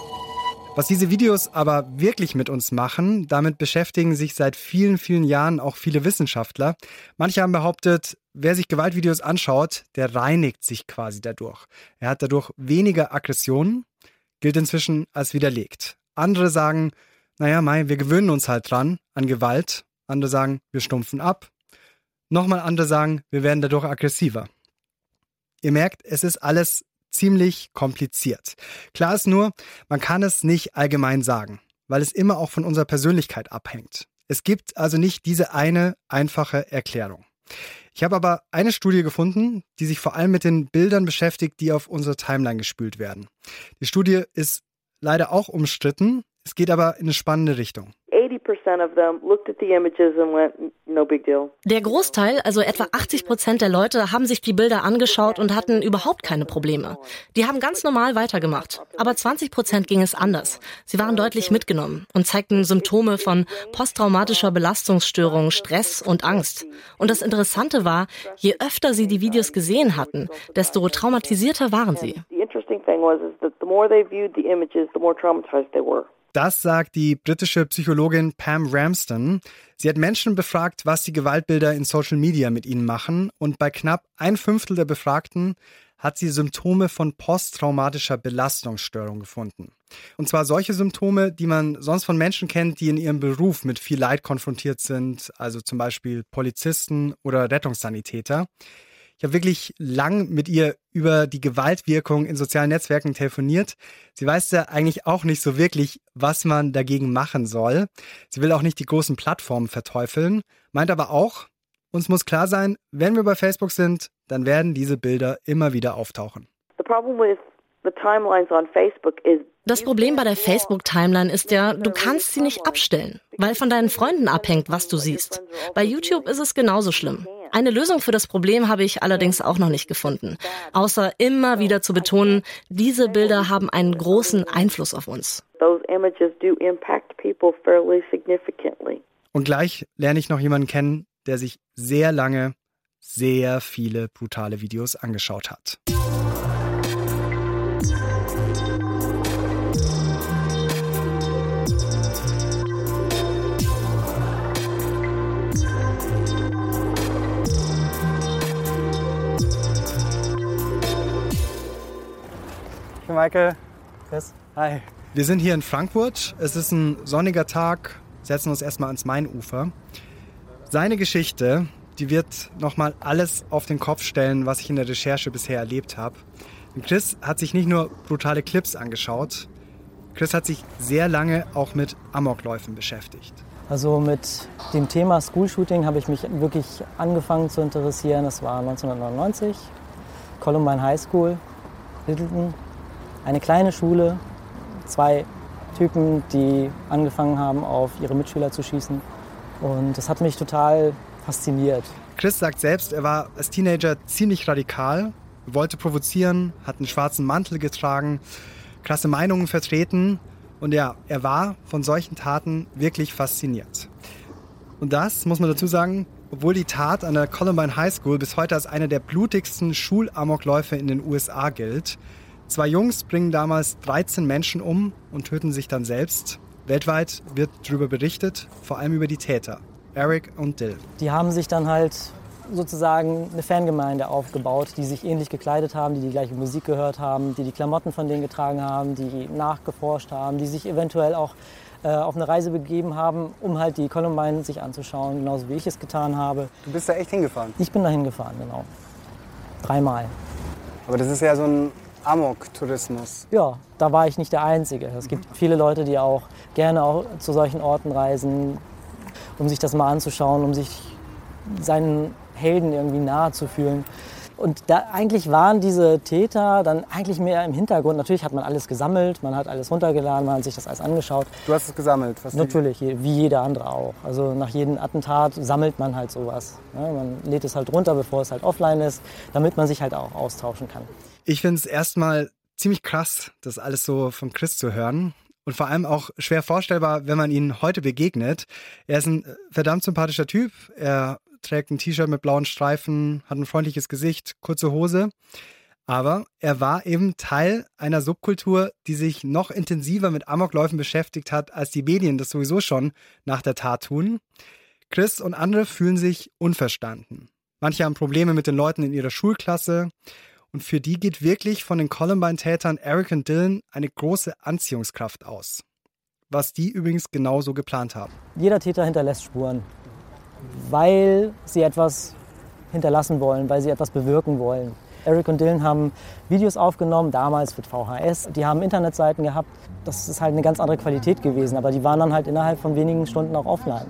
Was diese Videos aber wirklich mit uns machen, damit beschäftigen sich seit vielen, vielen Jahren auch viele Wissenschaftler. Manche haben behauptet, wer sich Gewaltvideos anschaut, der reinigt sich quasi dadurch. Er hat dadurch weniger Aggressionen, gilt inzwischen als widerlegt. Andere sagen, naja, wir gewöhnen uns halt dran an Gewalt. Andere sagen, wir stumpfen ab. Nochmal andere sagen, wir werden dadurch aggressiver. Ihr merkt, es ist alles ziemlich kompliziert. Klar ist nur, man kann es nicht allgemein sagen, weil es immer auch von unserer Persönlichkeit abhängt. Es gibt also nicht diese eine einfache Erklärung. Ich habe aber eine Studie gefunden, die sich vor allem mit den Bildern beschäftigt, die auf unsere Timeline gespült werden. Die Studie ist leider auch umstritten, es geht aber in eine spannende Richtung. 80% of them looked at the images and went, no big deal. Der Großteil, also etwa 80% der Leute, haben sich die Bilder angeschaut und hatten überhaupt keine Probleme. Die haben ganz normal weitergemacht. Aber 20% ging es anders. Sie waren deutlich mitgenommen und zeigten Symptome von posttraumatischer Belastungsstörung, Stress und Angst. Und das Interessante war, je öfter sie die Videos gesehen hatten, desto traumatisierter waren sie. The interesting thing was that the more they viewed the images, the more traumatized they were. Das sagt die britische Psychologin Pam Ramsden. Sie hat Menschen befragt, was die Gewaltbilder in Social Media mit ihnen machen. Und bei knapp 1/5 der Befragten hat sie Symptome von posttraumatischer Belastungsstörung gefunden. Und zwar solche Symptome, die man sonst von Menschen kennt, die in ihrem Beruf mit viel Leid konfrontiert sind. Also zum Beispiel Polizisten oder Rettungssanitäter. Ich habe wirklich lang mit ihr über die Gewaltwirkung in sozialen Netzwerken telefoniert. Sie weiß ja eigentlich auch nicht so wirklich, was man dagegen machen soll. Sie will auch nicht die großen Plattformen verteufeln, meint aber auch, uns muss klar sein, wenn wir bei Facebook sind, dann werden diese Bilder immer wieder auftauchen. The problem with the timelines on Facebook is das Problem bei der Facebook-Timeline ist ja, du kannst sie nicht abstellen, weil von deinen Freunden abhängt, was du siehst. Bei YouTube ist es genauso schlimm. Eine Lösung für das Problem habe ich allerdings auch noch nicht gefunden. Außer immer wieder zu betonen, diese Bilder haben einen großen Einfluss auf uns. Und gleich lerne ich noch jemanden kennen, der sich sehr lange, sehr viele brutale Videos angeschaut hat. Michael. Chris. Hi. Wir sind hier in Frankfurt. Es ist ein sonniger Tag. Setzen uns erstmal ans Mainufer. Seine Geschichte, die wird nochmal alles auf den Kopf stellen, was ich in der Recherche bisher erlebt habe. Und Chris hat sich nicht nur brutale Clips angeschaut. Chris hat sich sehr lange auch mit Amokläufen beschäftigt. Also mit dem Thema School-Shooting habe ich mich wirklich angefangen zu interessieren. Das war 1999, Columbine High School, Littleton. Eine kleine Schule, 2 Typen, die angefangen haben, auf ihre Mitschüler zu schießen. Und das hat mich total fasziniert. Chris sagt selbst, er war als Teenager ziemlich radikal, wollte provozieren, hat einen schwarzen Mantel getragen, krasse Meinungen vertreten. Und ja, er war von solchen Taten wirklich fasziniert. Und das, muss man dazu sagen, obwohl die Tat an der Columbine High School bis heute als eine der blutigsten Schulamokläufe in den USA gilt. 2 Jungs bringen damals 13 Menschen um und töten sich dann selbst. Weltweit wird darüber berichtet, vor allem über die Täter, Eric und Dill. Die haben sich dann halt sozusagen eine Fangemeinde aufgebaut, die sich ähnlich gekleidet haben, die gleiche Musik gehört haben, die Klamotten von denen getragen haben, die nachgeforscht haben, die sich eventuell auch auf eine Reise begeben haben, um halt die Columbine sich anzuschauen, genauso wie ich es getan habe. Du bist da echt hingefahren? Ich bin da hingefahren, genau. 3 Mal. Aber das ist ja so ein Amok-Tourismus. Ja, da war ich nicht der Einzige. Es gibt viele Leute, die auch gerne auch zu solchen Orten reisen, um sich das mal anzuschauen, um sich seinen Helden irgendwie nahe zu fühlen. Und da eigentlich waren diese Täter dann eigentlich mehr im Hintergrund. Natürlich hat man alles gesammelt, man hat alles runtergeladen, man hat sich das alles angeschaut. Du hast es gesammelt? Natürlich, wie jeder andere auch. Also nach jedem Attentat sammelt man halt sowas. Man lädt es halt runter, bevor es halt offline ist, damit man sich halt auch austauschen kann. Ich finde es erstmal ziemlich krass, das alles so von Chris zu hören. Und vor allem auch schwer vorstellbar, wenn man ihm heute begegnet. Er ist ein verdammt sympathischer Typ. Er trägt ein T-Shirt mit blauen Streifen, hat ein freundliches Gesicht, kurze Hose. Aber er war eben Teil einer Subkultur, die sich noch intensiver mit Amokläufen beschäftigt hat, als die Medien das sowieso schon nach der Tat tun. Chris und andere fühlen sich unverstanden. Manche haben Probleme mit den Leuten in ihrer Schulklasse. Und für die geht wirklich von den Columbine-Tätern Eric und Dylan eine große Anziehungskraft aus. Was die übrigens genauso geplant haben. Jeder Täter hinterlässt Spuren, weil sie etwas hinterlassen wollen, weil sie etwas bewirken wollen. Eric und Dylan haben Videos aufgenommen, damals mit VHS. Die haben Internetseiten gehabt. Das ist halt eine ganz andere Qualität gewesen. Aber die waren dann halt innerhalb von wenigen Stunden auch offline.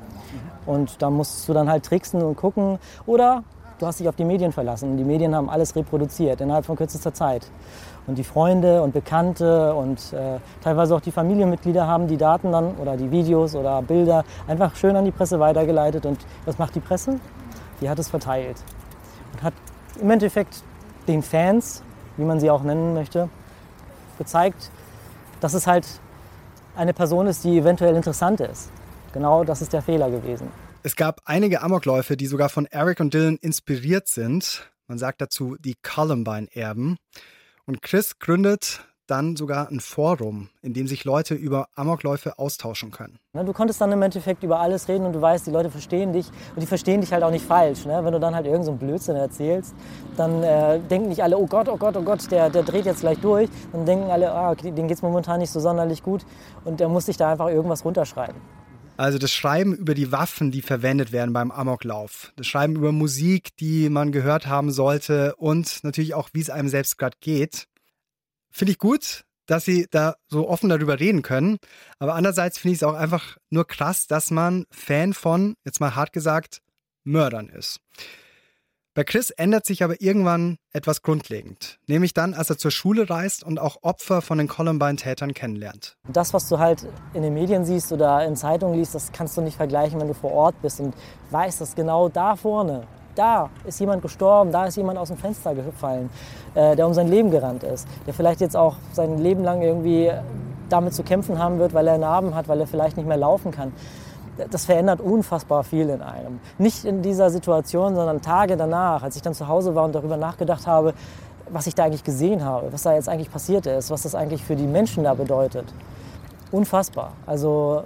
Und da musst du dann halt tricksen und gucken. Oder du hast dich auf die Medien verlassen. Die Medien haben alles reproduziert innerhalb von kürzester Zeit. Und die Freunde und Bekannte und teilweise auch die Familienmitglieder haben die Daten dann oder die Videos oder Bilder einfach schön an die Presse weitergeleitet. Und was macht die Presse? Die hat es verteilt. Und hat im Endeffekt den Fans, wie man sie auch nennen möchte, gezeigt, dass es halt eine Person ist, die eventuell interessant ist. Genau das ist der Fehler gewesen. Es gab einige Amokläufe, die sogar von Eric und Dylan inspiriert sind. Man sagt dazu die Columbine-Erben. Und Chris gründet dann sogar ein Forum, in dem sich Leute über Amokläufe austauschen können. Du konntest dann im Endeffekt über alles reden und du weißt, die Leute verstehen dich und die verstehen dich halt auch nicht falsch. Ne? Wenn du dann halt irgend so einen Blödsinn erzählst, dann denken nicht alle, oh Gott, der dreht jetzt gleich durch. Dann denken alle, okay, denen geht's momentan nicht so sonderlich gut und der muss sich da einfach irgendwas runterschreiben. Also das Schreiben über die Waffen, die verwendet werden beim Amoklauf. Das Schreiben über Musik, die man gehört haben sollte und natürlich auch, wie es einem selbst gerade geht. Finde ich gut, dass sie da so offen darüber reden können. Aber andererseits finde ich es auch einfach nur krass, dass man Fan von, jetzt mal hart gesagt, Mördern ist. Bei Chris ändert sich aber irgendwann etwas grundlegend. Nämlich dann, als er zur Schule reist und auch Opfer von den Columbine-Tätern kennenlernt. Das, was du halt in den Medien siehst oder in Zeitungen liest, das kannst du nicht vergleichen, wenn du vor Ort bist und weißt, dass genau da vorne, da ist jemand gestorben, da ist jemand aus dem Fenster gefallen, der um sein Leben gerannt ist, der vielleicht jetzt auch sein Leben lang irgendwie damit zu kämpfen haben wird, weil er Narben hat, weil er vielleicht nicht mehr laufen kann. Das verändert unfassbar viel in einem. Nicht in dieser Situation, sondern Tage danach, als ich dann zu Hause war und darüber nachgedacht habe, was ich da eigentlich gesehen habe, was da jetzt eigentlich passiert ist, was das eigentlich für die Menschen da bedeutet. Unfassbar. Also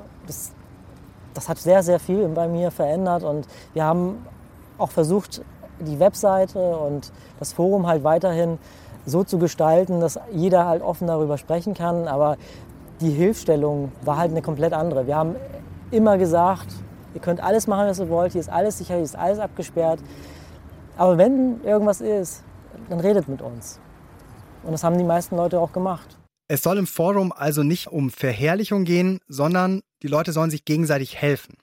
das hat sehr, sehr viel bei mir verändert und wir haben auch versucht, die Webseite und das Forum halt weiterhin so zu gestalten, dass jeder halt offen darüber sprechen kann, aber die Hilfestellung war halt eine komplett andere. Wir haben immer gesagt, ihr könnt alles machen, was ihr wollt, hier ist alles sicher, hier ist alles abgesperrt. Aber wenn irgendwas ist, dann redet mit uns. Und das haben die meisten Leute auch gemacht. Es soll im Forum also nicht um Verherrlichung gehen, sondern die Leute sollen sich gegenseitig helfen.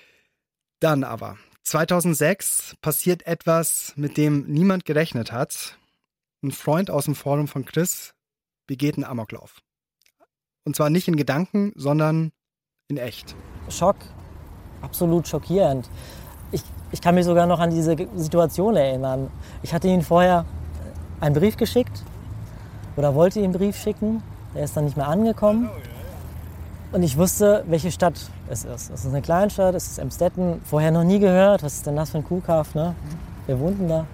Dann aber, 2006 passiert etwas, mit dem niemand gerechnet hat. Ein Freund aus dem Forum von Chris begeht einen Amoklauf. Und zwar nicht in Gedanken, sondern in echt. Schock, absolut schockierend. Ich kann mich sogar noch an diese Situation erinnern. Ich hatte ihm vorher einen Brief geschickt oder wollte ihm einen Brief schicken. Der ist dann nicht mehr angekommen. Und ich wusste, welche Stadt es ist. Es ist eine Kleinstadt, es ist Emstetten. Vorher noch nie gehört. Was ist denn das für ein Kuhkaff, ne? Wir wohnten da.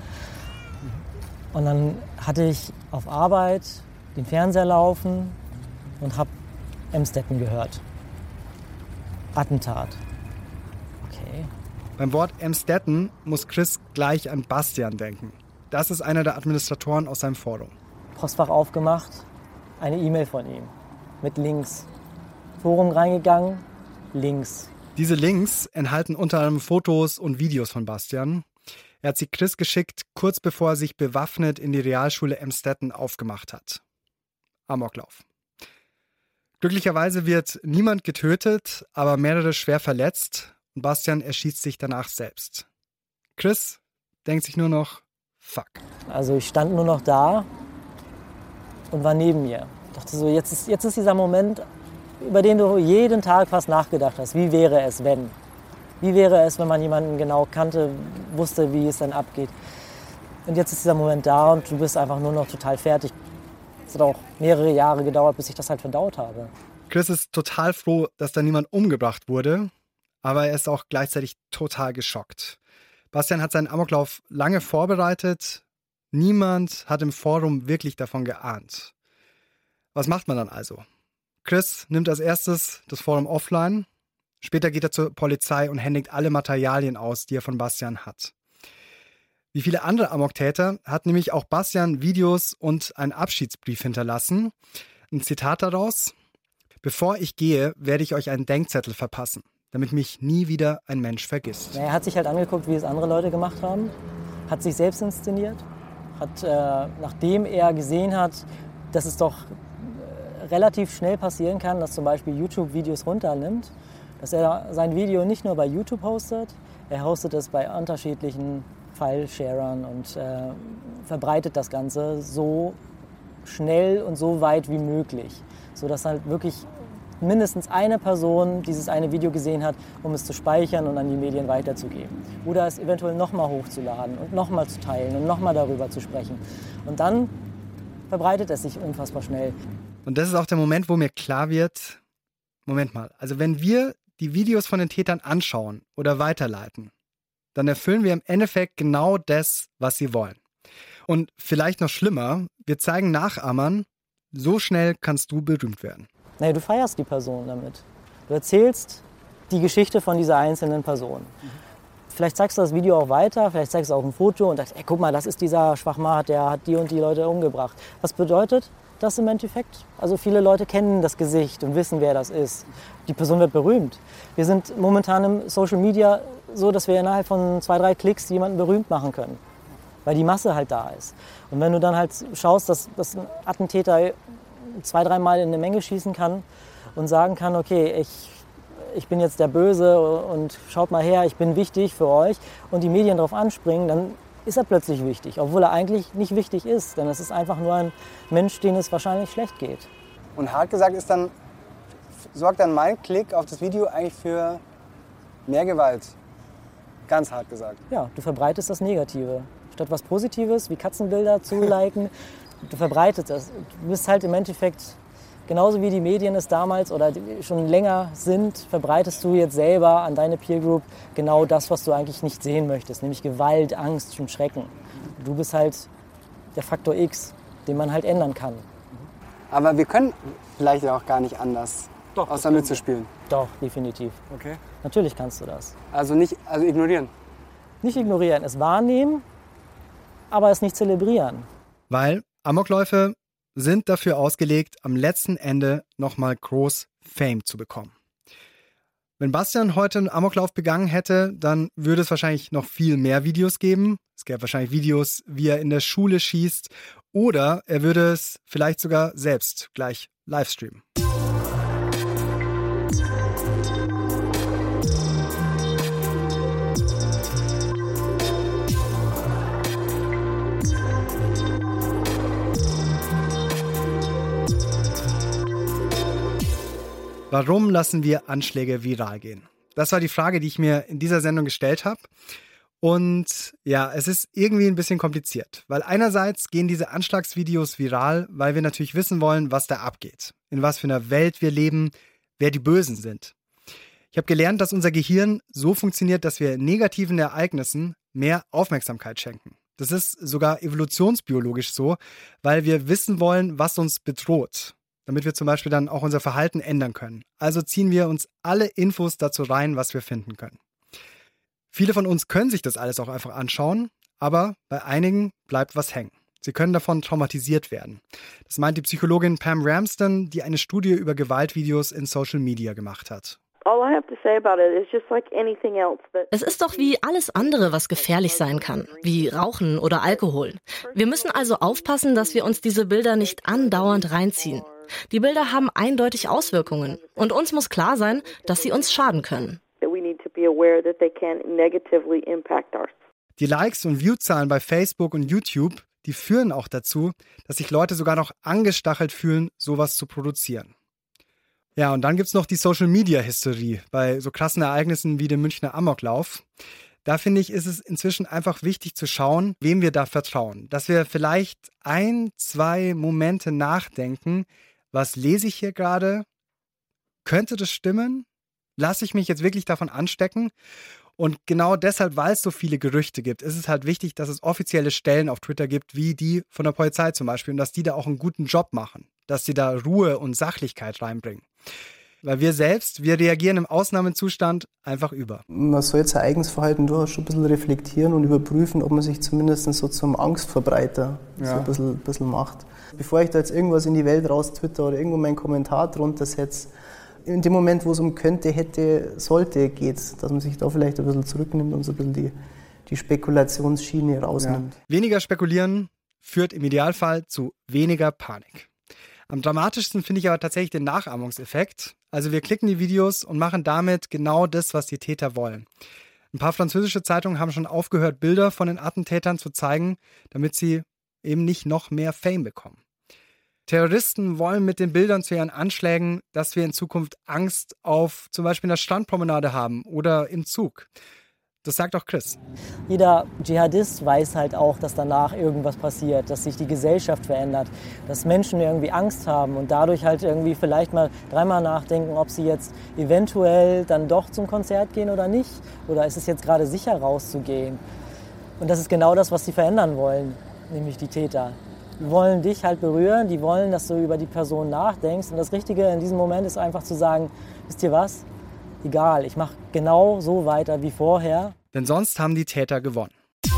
Und dann hatte ich auf Arbeit den Fernseher laufen und habe Emstetten gehört. Attentat. Okay. Beim Wort Emstetten muss Chris gleich an Bastian denken. Das ist einer der Administratoren aus seinem Forum. Postfach aufgemacht, eine E-Mail von ihm mit Links. Forum reingegangen, Links. Diese Links enthalten unter anderem Fotos und Videos von Bastian. Er hat sie Chris geschickt, kurz bevor er sich bewaffnet in die Realschule Emstetten aufgemacht hat. Amoklauf. Glücklicherweise wird niemand getötet, aber mehrere schwer verletzt und Bastian erschießt sich danach selbst. Chris denkt sich nur noch, fuck. Also ich stand nur noch da und war neben mir. Ich dachte so, jetzt ist dieser Moment, über den du jeden Tag fast nachgedacht hast. Wie wäre es, wenn? Wie wäre es, wenn man jemanden genau kannte, wusste, wie es dann abgeht? Und jetzt ist dieser Moment da und du bist einfach nur noch total fertig. Es hat auch mehrere Jahre gedauert, bis ich das halt verdaut habe. Chris ist total froh, dass da niemand umgebracht wurde, aber er ist auch gleichzeitig total geschockt. Bastian hat seinen Amoklauf lange vorbereitet. Niemand hat im Forum wirklich davon geahnt. Was macht man dann also? Chris nimmt als erstes das Forum offline. Später geht er zur Polizei und händigt alle Materialien aus, die er von Bastian hat. Wie viele andere Amoktäter hat nämlich auch Bastian Videos und einen Abschiedsbrief hinterlassen. Ein Zitat daraus: Bevor ich gehe, werde ich euch einen Denkzettel verpassen, damit mich nie wieder ein Mensch vergisst. Er hat sich halt angeguckt, wie es andere Leute gemacht haben, hat sich selbst inszeniert, hat, nachdem er gesehen hat, dass es doch relativ schnell passieren kann, dass zum Beispiel YouTube Videos runternimmt, dass er sein Video nicht nur bei YouTube hostet, er hostet es bei unterschiedlichen File-Sharern und verbreitet das Ganze so schnell und so weit wie möglich, sodass halt wirklich mindestens eine Person dieses eine Video gesehen hat, um es zu speichern und an die Medien weiterzugeben. Oder es eventuell nochmal hochzuladen und nochmal zu teilen und nochmal darüber zu sprechen. Und dann verbreitet es sich unfassbar schnell. Und das ist auch der Moment, wo mir klar wird, Moment mal, also wenn wir die Videos von den Tätern anschauen oder weiterleiten, dann erfüllen wir im Endeffekt genau das, was sie wollen. Und vielleicht noch schlimmer, wir zeigen Nachahmern, so schnell kannst du berühmt werden. Naja, du feierst die Person damit. Du erzählst die Geschichte von dieser einzelnen Person. Vielleicht zeigst du das Video auch weiter, vielleicht zeigst du auch ein Foto und sagst, ey, guck mal, das ist dieser Schwachmat, der hat die und die Leute umgebracht. Was bedeutet das im Endeffekt? Also viele Leute kennen das Gesicht und wissen, wer das ist. Die Person wird berühmt. Wir sind momentan im Social Media so, dass wir innerhalb von 2, 3 Klicks jemanden berühmt machen können, weil die Masse halt da ist. Und wenn du dann halt schaust, dass ein Attentäter 2, 3 Mal in eine Menge schießen kann und sagen kann, okay, ich bin jetzt der Böse und schaut mal her, ich bin wichtig für euch und die Medien darauf anspringen, dann ist er plötzlich wichtig, obwohl er eigentlich nicht wichtig ist, denn es ist einfach nur ein Mensch, dem es wahrscheinlich schlecht geht. Und hart gesagt sorgt dann mein Klick auf das Video eigentlich für mehr Gewalt. Ganz hart gesagt. Ja, du verbreitest das Negative. Statt was Positives wie Katzenbilder zu liken, du verbreitest das. Du bist halt im Endeffekt, genauso wie die Medien es damals oder schon länger sind, verbreitest du jetzt selber an deine Peer Group genau das, was du eigentlich nicht sehen möchtest, nämlich Gewalt, Angst und Schrecken. Du bist halt der Faktor X, den man halt ändern kann. Aber wir können vielleicht auch gar nicht anders, außer mitzuspielen. Doch, definitiv. Okay. Natürlich kannst du das. Also ignorieren? Nicht ignorieren, es wahrnehmen, aber es nicht zelebrieren. Weil Amokläufe sind dafür ausgelegt, am letzten Ende nochmal groß Fame zu bekommen. Wenn Bastian heute einen Amoklauf begangen hätte, dann würde es wahrscheinlich noch viel mehr Videos geben. Es gäbe wahrscheinlich Videos, wie er in der Schule schießt, oder er würde es vielleicht sogar selbst gleich livestreamen. Warum lassen wir Anschläge viral gehen? Das war die Frage, die ich mir in dieser Sendung gestellt habe. Und ja, es ist irgendwie ein bisschen kompliziert, weil einerseits gehen diese Anschlagsvideos viral, weil wir natürlich wissen wollen, was da abgeht, in was für einer Welt wir leben, wer die Bösen sind. Ich habe gelernt, dass unser Gehirn so funktioniert, dass wir negativen Ereignissen mehr Aufmerksamkeit schenken. Das ist sogar evolutionsbiologisch so, weil wir wissen wollen, was uns bedroht, damit wir zum Beispiel dann auch unser Verhalten ändern können. Also ziehen wir uns alle Infos dazu rein, was wir finden können. Viele von uns können sich das alles auch einfach anschauen, aber bei einigen bleibt was hängen. Sie können davon traumatisiert werden. Das meint die Psychologin Pam Ramsden, die eine Studie über Gewaltvideos in Social Media gemacht hat. Es ist doch wie alles andere, was gefährlich sein kann, wie Rauchen oder Alkohol. Wir müssen also aufpassen, dass wir uns diese Bilder nicht andauernd reinziehen. Die Bilder haben eindeutig Auswirkungen und uns muss klar sein, dass sie uns schaden können. Die Likes und Viewzahlen bei Facebook und YouTube, die führen auch dazu, dass sich Leute sogar noch angestachelt fühlen, sowas zu produzieren. Ja, und dann gibt's noch die Social-Media-Hysterie bei so krassen Ereignissen wie dem Münchner Amoklauf. Da finde ich, ist es inzwischen einfach wichtig zu schauen, wem wir da vertrauen. Dass wir vielleicht 1, 2 Momente nachdenken, was lese ich hier gerade? Könnte das stimmen? Lasse ich mich jetzt wirklich davon anstecken? Und genau deshalb, weil es so viele Gerüchte gibt, ist es halt wichtig, dass es offizielle Stellen auf Twitter gibt, wie die von der Polizei zum Beispiel, und dass die da auch einen guten Job machen, dass die da Ruhe und Sachlichkeit reinbringen. Weil wir reagieren im Ausnahmezustand einfach über. Man soll jetzt sein eigenes Verhalten durchaus schon ein bisschen reflektieren und überprüfen, ob man sich zumindest so zum Angstverbreiter so ein bisschen macht. Bevor ich da jetzt irgendwas in die Welt raus twitter oder irgendwo meinen Kommentar drunter setze, in dem Moment, wo es um könnte, hätte, sollte geht, dass man sich da vielleicht ein bisschen zurücknimmt und so ein bisschen die Spekulationsschiene rausnimmt. Ja. Weniger spekulieren führt im Idealfall zu weniger Panik. Am dramatischsten finde ich aber tatsächlich den Nachahmungseffekt. Also wir klicken die Videos und machen damit genau das, was die Täter wollen. Ein paar französische Zeitungen haben schon aufgehört, Bilder von den Attentätern zu zeigen, damit sie eben nicht noch mehr Fame bekommen. Terroristen wollen mit den Bildern zu ihren Anschlägen, dass wir in Zukunft Angst auf zum Beispiel einer Strandpromenade haben oder im Zug. Das sagt auch Chris. Jeder Dschihadist weiß halt auch, dass danach irgendwas passiert, dass sich die Gesellschaft verändert, dass Menschen irgendwie Angst haben und dadurch halt irgendwie vielleicht mal 3-mal nachdenken, ob sie jetzt eventuell dann doch zum Konzert gehen oder nicht. Oder ist es jetzt gerade sicher rauszugehen? Und das ist genau das, was sie verändern wollen, nämlich die Täter. Die wollen dich halt berühren, die wollen, dass du über die Person nachdenkst. Und das Richtige in diesem Moment ist einfach zu sagen, wisst ihr was? Egal, ich mache genau so weiter wie vorher. Denn sonst haben die Täter gewonnen.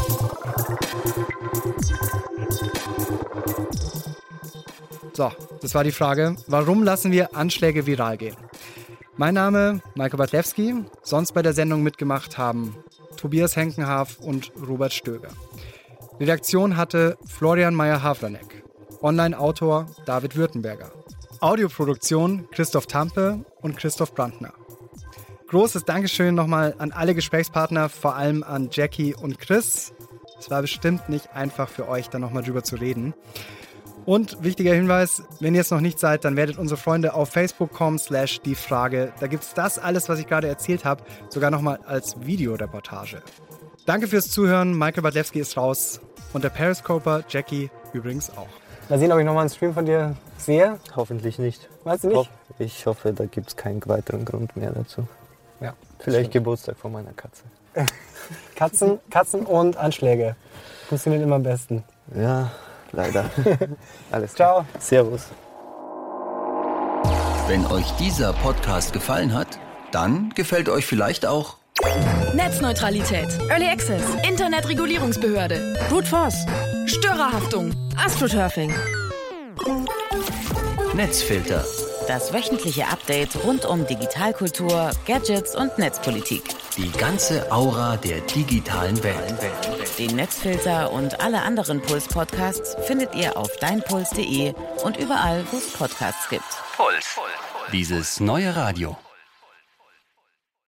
So, das war die Frage, warum lassen wir Anschläge viral gehen? Mein Name Maiko Bartlewski, sonst bei der Sendung mitgemacht haben Tobias Henkenhaf und Robert Stöger. Redaktion hatte Florian Meyer-Havranek, Online-Autor David Württemberger, Audioproduktion Christoph Tampe und Christoph Brandner. Großes Dankeschön nochmal an alle Gesprächspartner, vor allem an Jackie und Chris. Es war bestimmt nicht einfach für euch, da nochmal drüber zu reden. Und wichtiger Hinweis, wenn ihr es noch nicht seid, dann werdet unsere Freunde auf facebook.com/diefrage. Da gibt es das alles, was ich gerade erzählt habe, sogar nochmal als Videoreportage. Danke fürs Zuhören, Michael Bartlewski ist raus und der Periscoper Jackie übrigens auch. Mal sehen, ob ich nochmal einen Stream von dir sehe. Hoffentlich nicht. Weißt du nicht? Ich hoffe, da gibt es keinen weiteren Grund mehr dazu. Ja, vielleicht Geburtstag von meiner Katze. Katzen und Anschläge. Funktioniert immer am besten. Ja, leider. Alles klar. Ciao. Servus. Wenn euch dieser Podcast gefallen hat, dann gefällt euch vielleicht auch Netzneutralität, Early Access, Internetregulierungsbehörde, Brute Force, Störerhaftung, AstroTurfing. Netzfilter. Das wöchentliche Update rund um Digitalkultur, Gadgets und Netzpolitik. Die ganze Aura der digitalen Welt. Den Netzfilter und alle anderen Puls-Podcasts findet ihr auf deinpuls.de und überall, wo es Podcasts gibt. Puls. Dieses neue Radio.